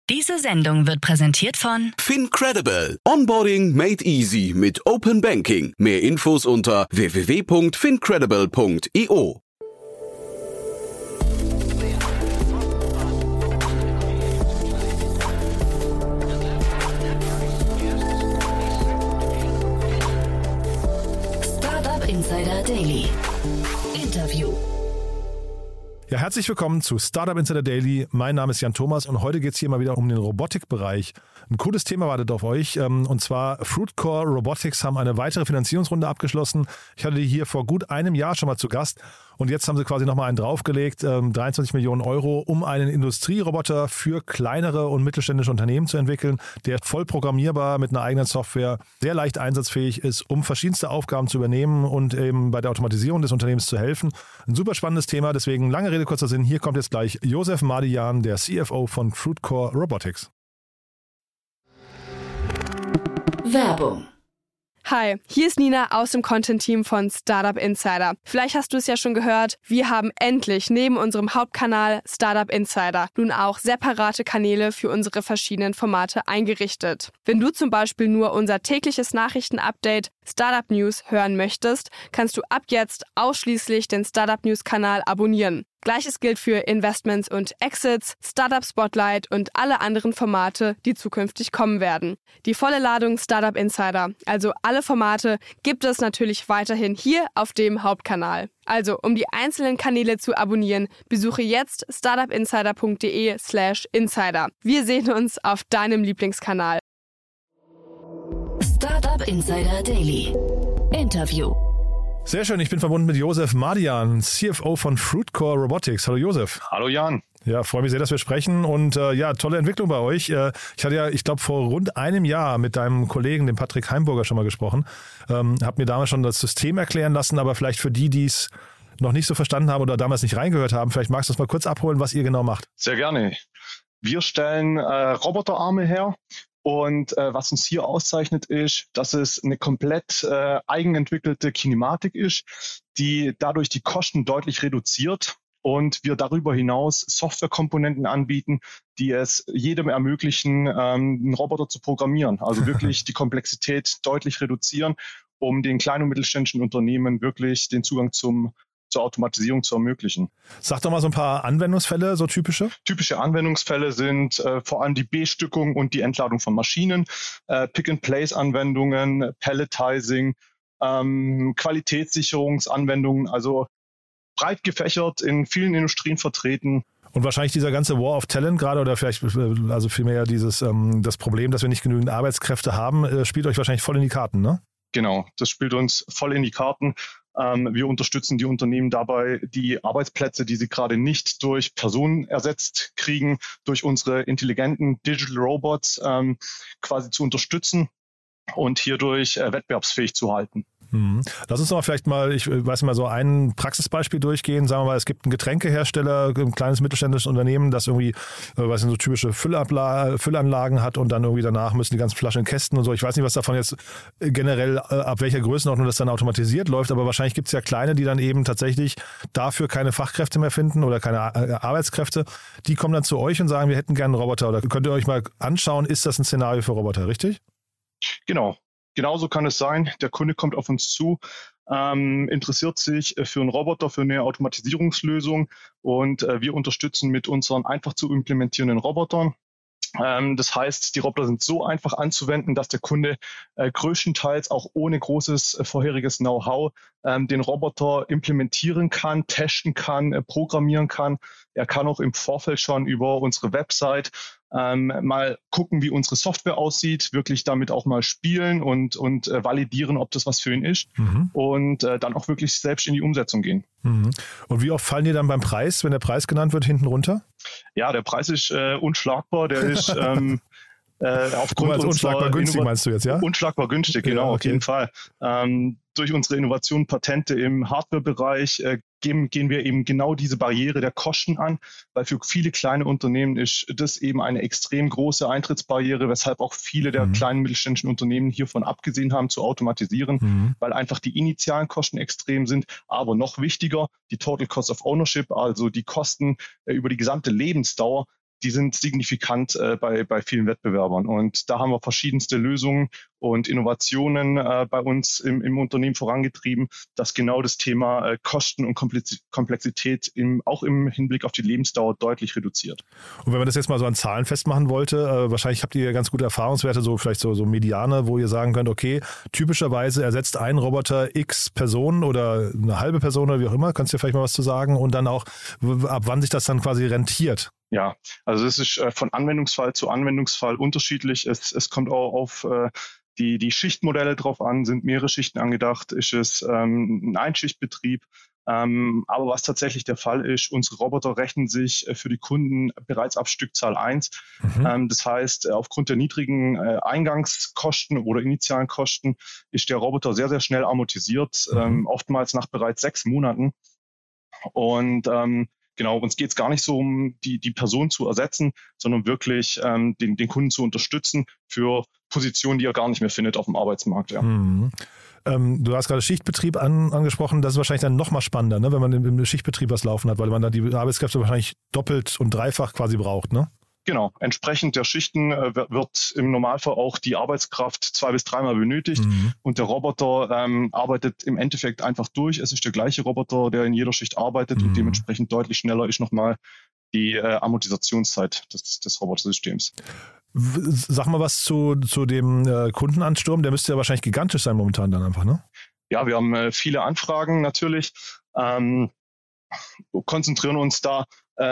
Diese Sendung wird präsentiert von FinCredible. Onboarding made easy mit Open Banking. Mehr Infos unter www.fincredible.io. Startup Insider Daily. Interview. Ja, herzlich willkommen zu Startup Insider Daily. Mein Name ist Jan Thomas und heute geht es hier mal wieder um den Robotikbereich. Ein cooles Thema wartet auf euch und zwar Fruitcore Robotics haben eine weitere Finanzierungsrunde abgeschlossen. Ich hatte die hier vor gut einem Jahr schon mal zu Gast und jetzt haben sie quasi nochmal einen draufgelegt, 23 Millionen Euro, um einen Industrieroboter für kleinere und mittelständische Unternehmen zu entwickeln, der voll programmierbar mit einer eigenen Software sehr leicht einsatzfähig ist, um verschiedenste Aufgaben zu übernehmen und eben bei der Automatisierung des Unternehmens zu helfen. Ein super spannendes Thema, deswegen lange Rede, kurzer Sinn. Hier kommt jetzt gleich Josef Madian, der CFO von Fruitcore Robotics. Werbung. Hi, hier ist Nina aus dem Content-Team von Startup Insider. Vielleicht hast du es ja schon gehört, wir haben endlich neben unserem Hauptkanal Startup Insider nun auch separate Kanäle für unsere verschiedenen Formate eingerichtet. Wenn du zum Beispiel nur unser tägliches Nachrichtenupdate Startup News hören möchtest, kannst du ab jetzt ausschließlich den Startup News-Kanal abonnieren. Gleiches gilt für Investments und Exits, Startup Spotlight und alle anderen Formate, die zukünftig kommen werden. Die volle Ladung Startup Insider, also alle Formate, gibt es natürlich weiterhin hier auf dem Hauptkanal. Also, um die einzelnen Kanäle zu abonnieren, besuche jetzt startupinsider.de/insider. Wir sehen uns auf deinem Lieblingskanal. Startup Insider Daily. Interview. Sehr schön, ich bin verbunden mit Josef Madian, CFO von Fruitcore Robotics. Hallo Josef. Hallo Jan. Ja, freue mich sehr, dass wir sprechen und ja, tolle Entwicklung bei euch. Ich hatte ja, ich glaube, vor rund einem Jahr mit deinem Kollegen, dem Patrick Heimburger, schon mal gesprochen. Hab mir damals schon das System erklären lassen, aber vielleicht für die, die es noch nicht so verstanden haben oder damals nicht reingehört haben, vielleicht magst du es mal kurz abholen, was ihr genau macht. Sehr gerne. Wir stellen Roboterarme her. Und was uns hier auszeichnet, ist, dass es eine komplett eigenentwickelte Kinematik ist, die dadurch die Kosten deutlich reduziert und wir darüber hinaus Softwarekomponenten anbieten, die es jedem ermöglichen, einen Roboter zu programmieren. Also wirklich die Komplexität deutlich reduzieren, um den kleinen und mittelständischen Unternehmen wirklich den Zugang zur Automatisierung zu ermöglichen. Sag doch mal so ein paar Anwendungsfälle, so typische. Typische Anwendungsfälle sind vor allem die Bestückung und die Entladung von Maschinen, Pick-and-Place-Anwendungen, Palletizing, Qualitätssicherungsanwendungen, also breit gefächert in vielen Industrien vertreten. Und wahrscheinlich dieser ganze War of Talent gerade oder vielleicht also vielmehr dieses das Problem, dass wir nicht genügend Arbeitskräfte haben, spielt euch wahrscheinlich voll in die Karten, ne? Genau, das spielt uns voll in die Karten. Wir unterstützen die Unternehmen dabei, die Arbeitsplätze, die sie gerade nicht durch Personen ersetzt kriegen, durch unsere intelligenten Digital Robots quasi zu unterstützen und hierdurch wettbewerbsfähig zu halten. Lass uns doch mal vielleicht mal, ich weiß mal, so ein Praxisbeispiel durchgehen. Sagen wir mal, es gibt einen Getränkehersteller, ein kleines mittelständisches Unternehmen, das irgendwie, weiß nicht, so typische Füllanlagen hat und dann irgendwie danach müssen die ganzen Flaschen in Kästen und so. Ich weiß nicht, was davon jetzt generell, ab welcher Größenordnung das dann automatisiert läuft, aber wahrscheinlich gibt es ja kleine, die dann eben tatsächlich dafür keine Fachkräfte mehr finden oder keine Arbeitskräfte. Die kommen dann zu euch und sagen, wir hätten gerne einen Roboter. Oder könnt ihr euch mal anschauen, ist das ein Szenario für Roboter, richtig? Genau. Genauso kann es sein. Der Kunde kommt auf uns zu, interessiert sich für einen Roboter, für eine Automatisierungslösung und wir unterstützen mit unseren einfach zu implementierenden Robotern. Das heißt, die Roboter sind so einfach anzuwenden, dass der Kunde größtenteils auch ohne großes vorheriges Know-how den Roboter implementieren kann, testen kann, programmieren kann. Er kann auch im Vorfeld schon über unsere Website mal gucken, wie unsere Software aussieht, wirklich damit auch mal spielen und validieren, ob das was für ihn ist und dann auch wirklich selbst in die Umsetzung gehen. Und wie oft fallen die dann beim Preis, wenn der Preis genannt wird, hinten runter? Ja, der Preis ist unschlagbar, der ist aufgrund unserer unschlagbar günstig meinst du jetzt, ja? Unschlagbar günstig, genau, ja, okay. Auf jeden Fall. Durch unsere Innovation, Patente im Hardware-Bereich gehen wir eben genau diese Barriere der Kosten an, weil für viele kleine Unternehmen ist das eben eine extrem große Eintrittsbarriere, weshalb auch viele der kleinen mittelständischen Unternehmen hiervon abgesehen haben zu automatisieren, weil einfach die initialen Kosten extrem sind, aber noch wichtiger, die Total Cost of Ownership, also die Kosten über die gesamte Lebensdauer, die sind signifikant bei vielen Wettbewerbern. Und da haben wir verschiedenste Lösungen und Innovationen bei uns im Unternehmen vorangetrieben, dass genau das Thema Kosten und Komplexität auch im Hinblick auf die Lebensdauer deutlich reduziert. Und wenn man das jetzt mal so an Zahlen festmachen wollte, wahrscheinlich habt ihr ganz gute Erfahrungswerte, so vielleicht so Mediane, wo ihr sagen könnt, okay, typischerweise ersetzt ein Roboter x Personen oder eine halbe Person oder wie auch immer, kannst du dir vielleicht mal was zu sagen und dann auch, ab wann sich das dann quasi rentiert? Ja, also es ist von Anwendungsfall zu Anwendungsfall unterschiedlich. Es kommt auch auf die Schichtmodelle drauf an. Sind mehrere Schichten angedacht? Ist es ein Einschichtbetrieb? Aber was tatsächlich der Fall ist, unsere Roboter rechnen sich für die Kunden bereits ab Stückzahl 1. Das heißt, aufgrund der niedrigen Eingangskosten oder initialen Kosten ist der Roboter sehr, sehr schnell amortisiert, oftmals nach bereits 6 Monaten. Und genau, uns geht es gar nicht so um die Person zu ersetzen, sondern wirklich den Kunden zu unterstützen für Positionen, die er gar nicht mehr findet auf dem Arbeitsmarkt. Ja. Du hast gerade Schichtbetrieb angesprochen. Das ist wahrscheinlich dann noch mal spannender, ne? Wenn man im Schichtbetrieb was laufen hat, weil man dann die Arbeitskräfte wahrscheinlich doppelt und dreifach quasi braucht, ne? Genau, entsprechend der Schichten wird im Normalfall auch die Arbeitskraft 2- bis 3-mal benötigt und der Roboter arbeitet im Endeffekt einfach durch. Es ist der gleiche Roboter, der in jeder Schicht arbeitet und dementsprechend deutlich schneller ist nochmal die Amortisationszeit des Robotersystems. Sag mal was zu dem Kundenansturm, der müsste ja wahrscheinlich gigantisch sein momentan dann einfach, ne? Ja, wir haben viele Anfragen natürlich, konzentrieren uns da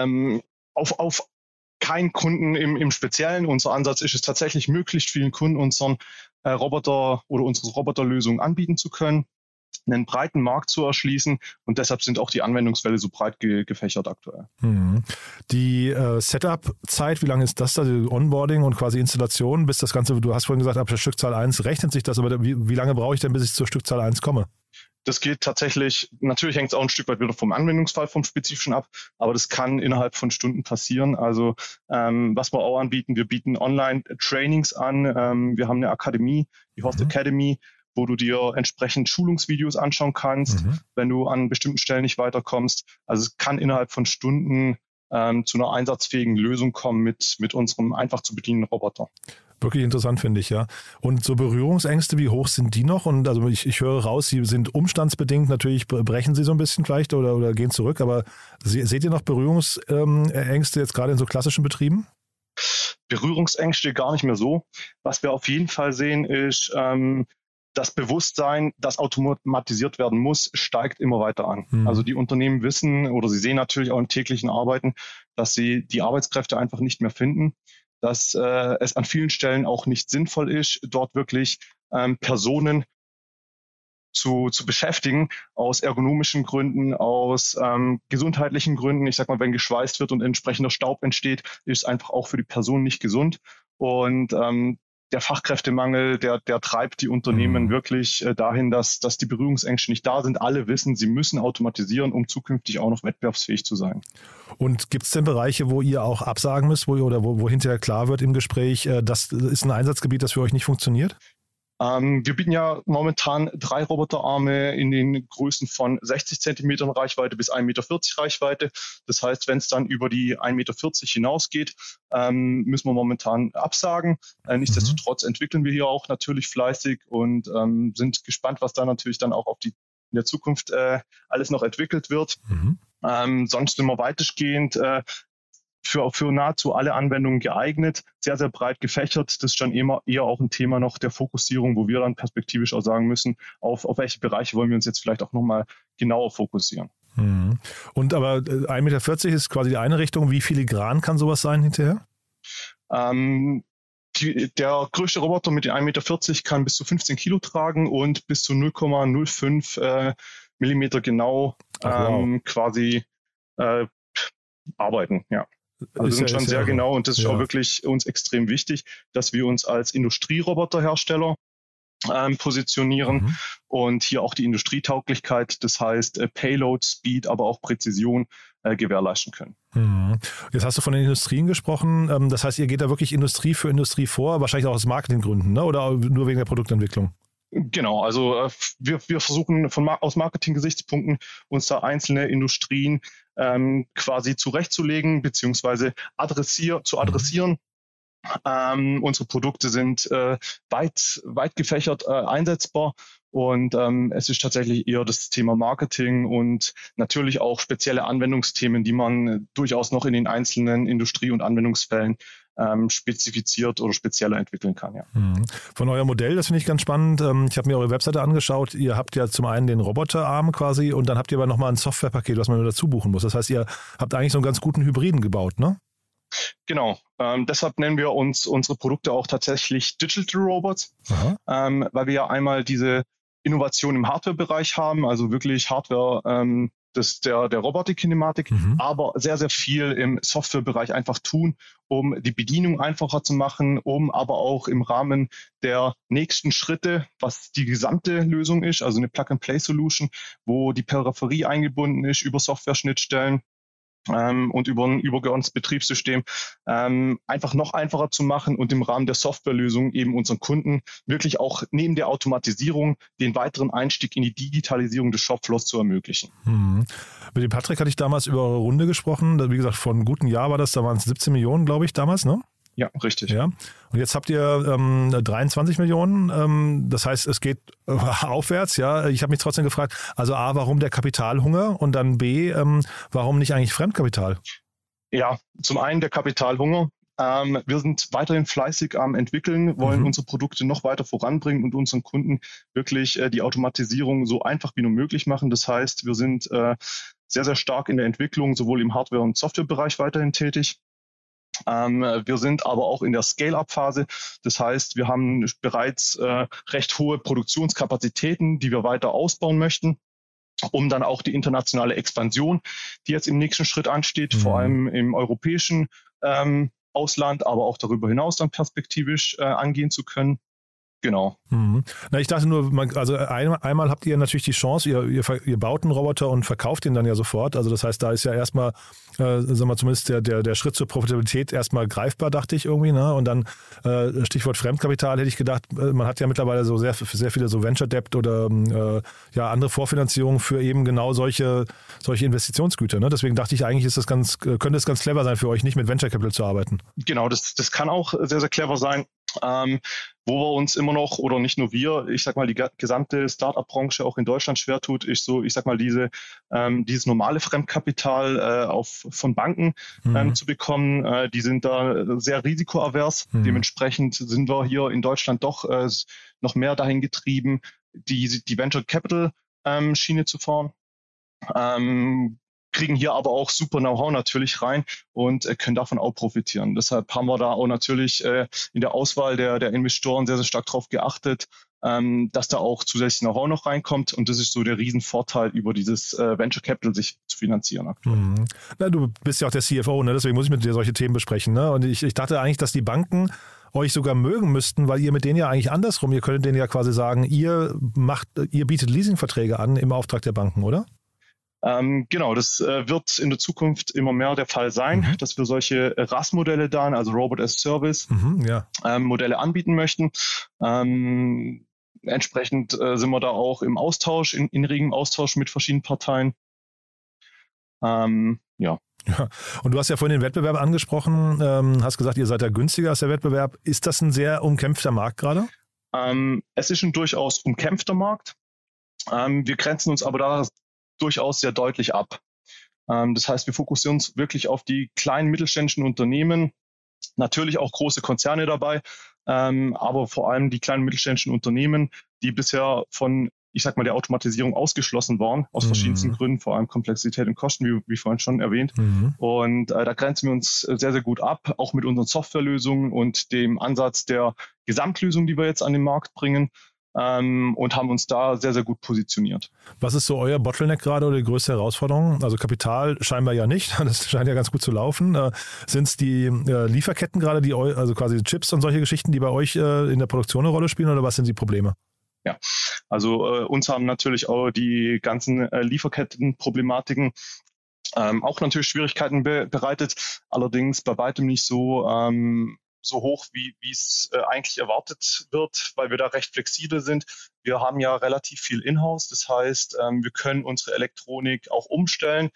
auf keinen Kunden im Speziellen. Unser Ansatz ist es tatsächlich, möglichst vielen Kunden unseren Roboter oder unsere Roboterlösung anbieten zu können, einen breiten Markt zu erschließen und deshalb sind auch die Anwendungsfälle so breit gefächert aktuell. Die Setup-Zeit, wie lange ist das da, die Onboarding und quasi Installation, bis das Ganze, du hast vorhin gesagt, ab der Stückzahl 1 rechnet sich das, aber wie lange brauche ich denn, bis ich zur Stückzahl 1 komme? Das geht tatsächlich, natürlich hängt es auch ein Stück weit wieder vom Anwendungsfall, vom Spezifischen ab, aber das kann innerhalb von Stunden passieren. Also was wir auch anbieten, wir bieten Online-Trainings an, wir haben eine Akademie, die Horst Academy, wo du dir entsprechend Schulungsvideos anschauen kannst, wenn du an bestimmten Stellen nicht weiterkommst. Also es kann innerhalb von Stunden zu einer einsatzfähigen Lösung kommen mit unserem einfach zu bedienenden Roboter. Wirklich interessant, finde ich, ja. Und so Berührungsängste, wie hoch sind die noch? Und also ich höre raus, sie sind umstandsbedingt, natürlich brechen sie so ein bisschen vielleicht oder gehen zurück, aber seht ihr noch Berührungsängste jetzt gerade in so klassischen Betrieben? Berührungsängste gar nicht mehr so. Was wir auf jeden Fall sehen, ist, das Bewusstsein, das automatisiert werden muss, steigt immer weiter an. Also die Unternehmen wissen oder sie sehen natürlich auch im täglichen Arbeiten, dass sie die Arbeitskräfte einfach nicht mehr finden, dass es an vielen Stellen auch nicht sinnvoll ist, dort wirklich Personen zu beschäftigen, aus ergonomischen Gründen, aus gesundheitlichen Gründen. Ich sag mal, wenn geschweißt wird und entsprechender Staub entsteht, ist es einfach auch für die Person nicht gesund. Und der Fachkräftemangel, der treibt die Unternehmen wirklich dahin, dass die Berührungsängste nicht da sind. Alle wissen, sie müssen automatisieren, um zukünftig auch noch wettbewerbsfähig zu sein. Und gibt es denn Bereiche, wo ihr auch absagen müsst, wo hinterher klar wird im Gespräch, das ist ein Einsatzgebiet, das für euch nicht funktioniert? Wir bieten ja momentan 3 Roboterarme in den Größen von 60 Zentimetern Reichweite bis 1,40 Meter Reichweite. Das heißt, wenn es dann über die 1,40 Meter hinausgeht, müssen wir momentan absagen. Nichtsdestotrotz entwickeln wir hier auch natürlich fleißig und sind gespannt, was da natürlich dann auch in der Zukunft alles noch entwickelt wird. Sonst sind wir weitestgehend für nahezu alle Anwendungen geeignet, sehr, sehr breit gefächert. Das ist dann eher auch ein Thema noch der Fokussierung, wo wir dann perspektivisch auch sagen müssen, auf welche Bereiche wollen wir uns jetzt vielleicht auch nochmal genauer fokussieren. Und aber 1,40 Meter ist quasi die eine Richtung. Wie filigran kann sowas sein hinterher? Der größte Roboter mit den 1,40 Meter kann bis zu 15 Kilo tragen und bis zu 0,05 Millimeter genau quasi arbeiten, ja. Also sind schon sehr genau und das ist auch wirklich uns extrem wichtig, dass wir uns als Industrieroboterhersteller positionieren und hier auch die Industrietauglichkeit, das heißt Payload, Speed, aber auch Präzision gewährleisten können. Jetzt hast du von den Industrien gesprochen, das heißt, ihr geht da wirklich Industrie für Industrie vor, wahrscheinlich auch aus Marketinggründen, ne? Oder nur wegen der Produktentwicklung? Genau, also wir versuchen aus Marketing-Gesichtspunkten uns da einzelne Industrien quasi zurechtzulegen bzw. zu adressieren. Unsere Produkte sind weit gefächert einsetzbar und es ist tatsächlich eher das Thema Marketing und natürlich auch spezielle Anwendungsthemen, die man durchaus noch in den einzelnen Industrie- und Anwendungsfällen spezifiziert oder spezieller entwickeln kann. Ja. Von eurem Modell, das finde ich ganz spannend. Ich habe mir eure Webseite angeschaut. Ihr habt ja zum einen den Roboterarm quasi und dann habt ihr aber nochmal ein Softwarepaket, was man nur dazu buchen muss. Das heißt, ihr habt eigentlich so einen ganz guten Hybriden gebaut, ne? Genau, deshalb nennen wir unsere Produkte auch tatsächlich Digital Robots, weil wir ja einmal diese Innovation im Hardware-Bereich haben, also wirklich Hardware der Robotik-Kinematik, aber sehr, sehr viel im Softwarebereich einfach tun, um die Bedienung einfacher zu machen, um aber auch im Rahmen der nächsten Schritte, was die gesamte Lösung ist, also eine Plug-and-Play-Solution, wo die Peripherie eingebunden ist über Software-Schnittstellen, und über ein übergeordnetes Betriebssystem einfach noch einfacher zu machen und im Rahmen der Softwarelösung eben unseren Kunden wirklich auch neben der Automatisierung den weiteren Einstieg in die Digitalisierung des Shopfloors zu ermöglichen. Mit dem Patrick hatte ich damals über eure Runde gesprochen. Wie gesagt, vor einem guten Jahr war das, da waren es 17 Millionen, glaube ich, damals, ne? Ja, richtig. Ja. Und jetzt habt ihr 23 Millionen. Das heißt, es geht aufwärts. Ja. Ich habe mich trotzdem gefragt, also A, warum der Kapitalhunger und dann B, warum nicht eigentlich Fremdkapital? Ja, zum einen der Kapitalhunger. Wir sind weiterhin fleißig am Entwickeln, wollen unsere Produkte noch weiter voranbringen und unseren Kunden wirklich die Automatisierung so einfach wie nur möglich machen. Das heißt, wir sind sehr, sehr stark in der Entwicklung, sowohl im Hardware- und Softwarebereich weiterhin tätig. Wir sind aber auch in der Scale-up-Phase. Das heißt, wir haben bereits recht hohe Produktionskapazitäten, die wir weiter ausbauen möchten, um dann auch die internationale Expansion, die jetzt im nächsten Schritt ansteht, vor allem im europäischen Ausland, aber auch darüber hinaus dann perspektivisch angehen zu können. Genau. Na, ich dachte nur, einmal habt ihr natürlich die Chance, ihr baut einen Roboter und verkauft ihn dann ja sofort. Also das heißt, da ist ja erstmal, sagen wir zumindest der Schritt zur Profitabilität erstmal greifbar, dachte ich irgendwie. Ne? Und dann Stichwort Fremdkapital hätte ich gedacht, man hat ja mittlerweile so sehr viele so Venture Debt oder andere Vorfinanzierungen für eben genau solche Investitionsgüter. Ne? Deswegen dachte ich eigentlich, könnte es ganz clever sein für euch, nicht mit Venture Capital zu arbeiten. Genau, das kann auch sehr, sehr clever sein. Wo wir uns immer noch, oder nicht nur wir, ich sag mal, die gesamte Startup-Branche auch in Deutschland schwer tut, ist so, ich sag mal, dieses normale Fremdkapital von Banken zu bekommen. Die sind da sehr risikoavers. Dementsprechend sind wir hier in Deutschland doch noch mehr dahin getrieben, die Venture Capital Schiene zu fahren. Kriegen hier aber auch super Know-how natürlich rein und können davon auch profitieren. Deshalb haben wir da auch natürlich in der Auswahl der Investoren sehr, sehr stark darauf geachtet, dass da auch zusätzlich Know-how noch reinkommt. Und das ist so der Riesenvorteil, über dieses Venture Capital sich zu finanzieren aktuell. Na, du bist ja auch der CFO, ne? Deswegen muss ich mit dir solche Themen besprechen. Ne? Und ich dachte eigentlich, dass die Banken euch sogar mögen müssten, weil ihr mit denen ja eigentlich andersrum, ihr könntet denen ja quasi sagen, ihr bietet Leasingverträge an im Auftrag der Banken, oder? Genau, das wird in der Zukunft immer mehr der Fall sein, dass wir solche RAS-Modelle dann, also Robot as Service, Modelle anbieten möchten. Entsprechend sind wir da auch im Austausch, in regem Austausch mit verschiedenen Parteien. Ja. Und du hast ja vorhin den Wettbewerb angesprochen, hast gesagt, ihr seid ja günstiger als der Wettbewerb. Ist das ein sehr umkämpfter Markt gerade? Es ist ein durchaus umkämpfter Markt. Wir grenzen uns aber da durchaus sehr deutlich ab. Das heißt, wir fokussieren uns wirklich auf die kleinen mittelständischen Unternehmen, natürlich auch große Konzerne dabei, aber vor allem die kleinen mittelständischen Unternehmen, die bisher von, ich sag mal, der Automatisierung ausgeschlossen waren, aus verschiedensten Gründen, vor allem Komplexität und Kosten, wie vorhin schon erwähnt. Und da grenzen wir uns sehr, sehr gut ab, auch mit unseren Softwarelösungen und dem Ansatz der Gesamtlösung, die wir jetzt an den Markt bringen. Und haben uns da sehr, sehr gut positioniert. Was ist so euer Bottleneck gerade oder die größte Herausforderung? Also Kapital scheinbar ja nicht, das scheint ja ganz gut zu laufen. Sind es die Lieferketten gerade, also quasi Chips und solche Geschichten, die bei euch in der Produktion eine Rolle spielen oder was sind die Probleme? Ja, also uns haben natürlich auch die ganzen Lieferkettenproblematiken auch natürlich Schwierigkeiten bereitet, allerdings bei weitem nicht so hoch, wie es eigentlich erwartet wird, weil wir da recht flexibel sind. Wir haben ja relativ viel in-house, das heißt, wir können unsere Elektronik auch umstellen.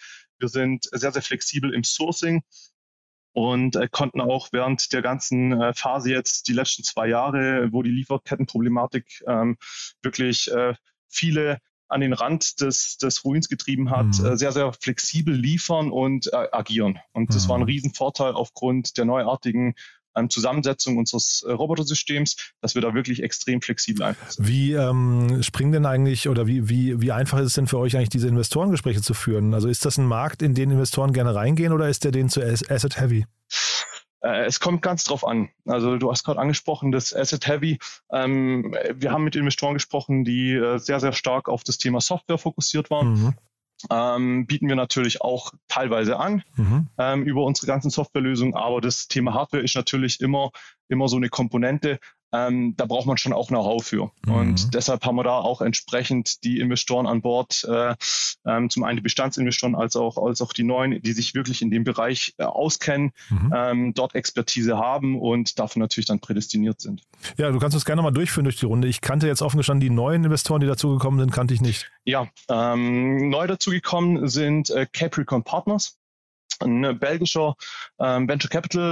Wir sind sehr, sehr flexibel im Sourcing und konnten auch während der ganzen Phase jetzt die letzten 2 Jahre, wo die Lieferkettenproblematik wirklich viele an den Rand des Ruins getrieben hat, sehr, sehr flexibel liefern und agieren. Und das war ein Riesenvorteil aufgrund der neuartigen Zusammensetzung unseres Robotersystems, dass wir da wirklich extrem flexibel einfach sind. Wie springen denn eigentlich oder wie einfach ist es denn für euch eigentlich, diese Investorengespräche zu führen? Also ist das ein Markt, in den Investoren gerne reingehen oder ist der denen zu asset-heavy? Es kommt ganz drauf an. Also du hast gerade angesprochen, das Asset-Heavy. Wir haben mit Investoren gesprochen, die sehr, sehr stark auf das Thema Software fokussiert waren. Bieten wir natürlich auch teilweise an über unsere ganzen Softwarelösungen, aber das Thema Hardware ist natürlich immer so eine Komponente. Da braucht man schon auch Know-how für. Und deshalb haben wir da auch entsprechend die Investoren an Bord, zum einen die Bestandsinvestoren als auch die neuen, die sich wirklich in dem Bereich auskennen, dort Expertise haben und dafür natürlich dann prädestiniert sind. Ja, du kannst uns gerne mal durchführen durch die Runde. Ich kannte jetzt offen gestanden die neuen Investoren, die dazugekommen sind, kannte ich nicht. Ja, neu dazugekommen sind Capricorn Partners, ein belgischer Venture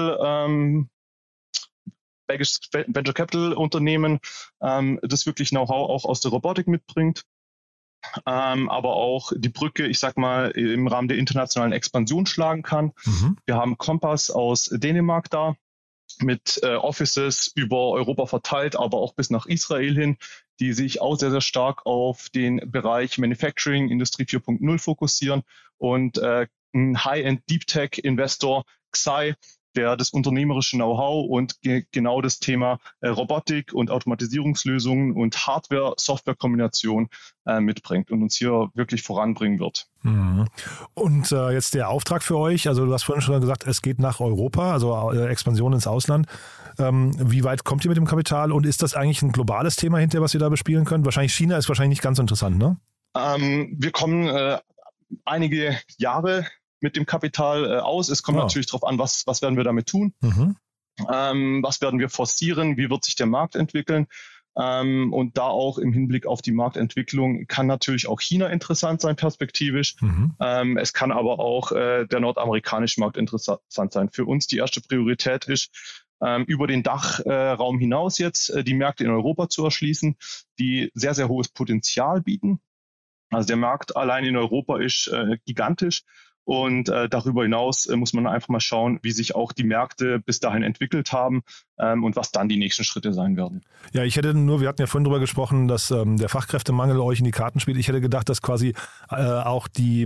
Capital Unternehmen, das wirklich Know-how auch aus der Robotik mitbringt, aber auch die Brücke, ich sag mal, im Rahmen der internationalen Expansion schlagen kann. Wir haben Compass aus Dänemark da, mit Offices über Europa verteilt, aber auch bis nach Israel hin, die sich auch sehr, sehr stark auf den Bereich Manufacturing, Industrie 4.0 fokussieren und ein High-End Deep Tech Investor, Xai, der das unternehmerische Know-how und genau das Thema Robotik und Automatisierungslösungen und Hardware-Software-Kombination mitbringt und uns hier wirklich voranbringen wird. Und jetzt der Auftrag für euch, also du hast vorhin schon gesagt, es geht nach Europa, also Expansion ins Ausland. Wie weit kommt ihr mit dem Kapital und ist das eigentlich ein globales Thema hinterher, was ihr da bespielen könnt? Wahrscheinlich China ist wahrscheinlich nicht ganz so interessant, ne? Wir kommen einige Jahre mit dem Kapital aus. Es kommt natürlich darauf an, was werden wir damit tun, was werden wir forcieren, wie wird sich der Markt entwickeln. Und da auch im Hinblick auf die Marktentwicklung kann natürlich auch China interessant sein, perspektivisch. Es kann aber auch der nordamerikanische Markt interessant sein. Für uns die erste Priorität ist, über den Dachraum hinaus jetzt die Märkte in Europa zu erschließen, die sehr, sehr hohes Potenzial bieten. Also der Markt allein in Europa ist gigantisch. Und darüber hinaus muss man einfach mal schauen, wie sich auch die Märkte bis dahin entwickelt haben und was dann die nächsten Schritte sein werden. Ja, wir hatten ja vorhin darüber gesprochen, dass der Fachkräftemangel euch in die Karten spielt. Ich hätte gedacht, dass quasi auch die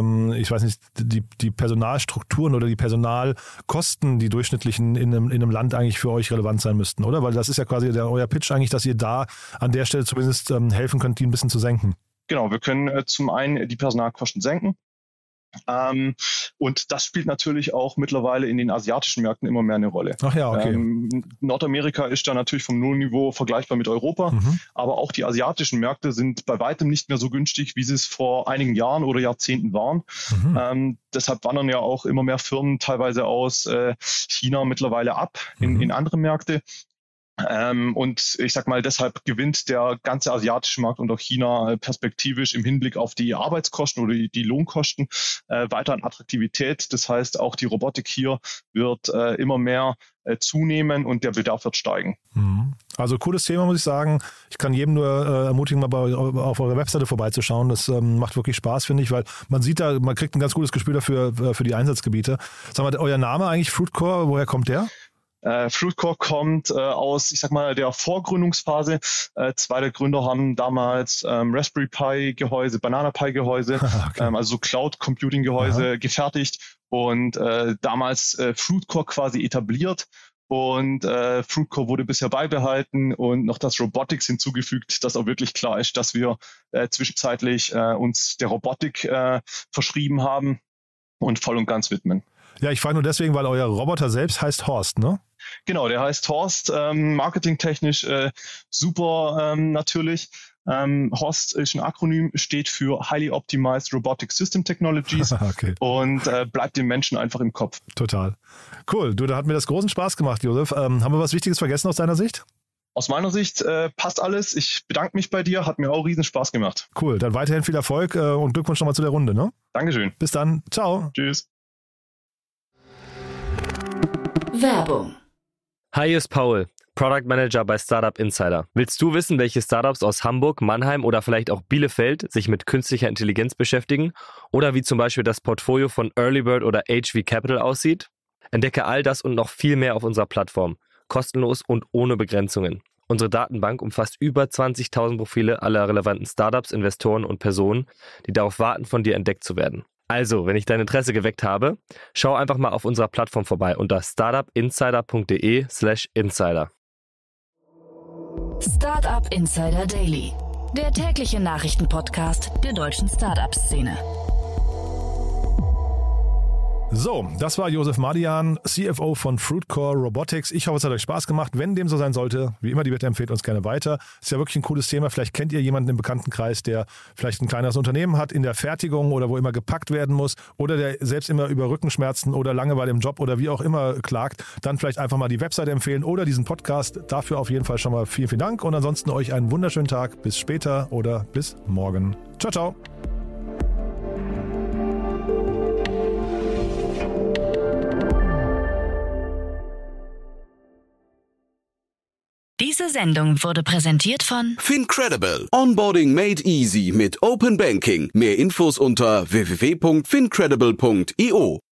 Personalstrukturen oder die Personalkosten, die durchschnittlichen in einem Land eigentlich für euch relevant sein müssten, oder? Weil das ist ja quasi euer Pitch eigentlich, dass ihr da an der Stelle zumindest helfen könnt, die ein bisschen zu senken. Genau, wir können zum einen die Personalkosten senken. Und das spielt natürlich auch mittlerweile in den asiatischen Märkten immer mehr eine Rolle. Ach ja, okay. Nordamerika ist da natürlich vom Nullniveau vergleichbar mit Europa, aber auch die asiatischen Märkte sind bei weitem nicht mehr so günstig, wie sie es vor einigen Jahren oder Jahrzehnten waren. Deshalb wandern ja auch immer mehr Firmen teilweise aus China mittlerweile ab in andere Märkte. Und ich sag mal, deshalb gewinnt der ganze asiatische Markt und auch China perspektivisch im Hinblick auf die Arbeitskosten oder die Lohnkosten weiter an Attraktivität. Das heißt, auch die Robotik hier wird immer mehr zunehmen und der Bedarf wird steigen. Also cooles Thema, muss ich sagen. Ich kann jedem nur ermutigen, mal auf eurer Webseite vorbeizuschauen. Das macht wirklich Spaß, finde ich, weil man kriegt ein ganz gutes Gespür dafür für die Einsatzgebiete. Sag mal, euer Name eigentlich, Fruitcore, woher kommt der? Fruitcore kommt aus, ich sag mal, der Vorgründungsphase. 2 der Gründer haben damals Raspberry Pi Gehäuse, Banana Pi Gehäuse, also Cloud Computing Gehäuse gefertigt und damals Fruitcore quasi etabliert. Und Fruitcore wurde bisher beibehalten und noch das Robotics hinzugefügt, dass auch wirklich klar ist, dass wir zwischenzeitlich uns der Robotik verschrieben haben und voll und ganz widmen. Ja, ich frage nur deswegen, weil euer Roboter selbst heißt Horst, ne? Genau, der heißt Horst, marketingtechnisch super natürlich. HOST ist ein Akronym, steht für Highly Optimized Robotic System Technologies und bleibt dem Menschen einfach im Kopf. Total. Cool. Du, da hat mir das großen Spaß gemacht, Josef. Haben wir was Wichtiges vergessen aus deiner Sicht? aus meiner Sicht passt alles. Ich bedanke mich bei dir, hat mir auch riesen Spaß gemacht. Cool, dann weiterhin viel Erfolg und Glückwunsch nochmal zu der Runde. Ne? Dankeschön. Bis dann. Ciao. Tschüss. Werbung. Hi, hier ist Paul, Product Manager bei Startup Insider. Willst du wissen, welche Startups aus Hamburg, Mannheim oder vielleicht auch Bielefeld sich mit künstlicher Intelligenz beschäftigen? Oder wie zum Beispiel das Portfolio von Earlybird oder HV Capital aussieht? Entdecke all das und noch viel mehr auf unserer Plattform. Kostenlos und ohne Begrenzungen. Unsere Datenbank umfasst über 20.000 Profile aller relevanten Startups, Investoren und Personen, die darauf warten, von dir entdeckt zu werden. Also, wenn ich dein Interesse geweckt habe, schau einfach mal auf unserer Plattform vorbei unter startupinsider.de/insider. Startup Insider Daily, der tägliche Nachrichtenpodcast der deutschen Startup-Szene. So, das war Josef Madian, CFO von Fruitcore Robotics. Ich hoffe, es hat euch Spaß gemacht. Wenn dem so sein sollte, wie immer, die Bitte empfehlt uns gerne weiter. Ist ja wirklich ein cooles Thema. Vielleicht kennt ihr jemanden im Bekanntenkreis, der vielleicht ein kleineres Unternehmen hat in der Fertigung oder wo immer gepackt werden muss oder der selbst immer über Rückenschmerzen oder Langeweile im Job oder wie auch immer klagt. Dann vielleicht einfach mal die Webseite empfehlen oder diesen Podcast. Dafür auf jeden Fall schon mal vielen, vielen Dank und ansonsten euch einen wunderschönen Tag. Bis später oder bis morgen. Ciao, ciao. Diese Sendung wurde präsentiert von Fincredible. Onboarding made easy mit Open Banking. Mehr Infos unter www.fincredible.io.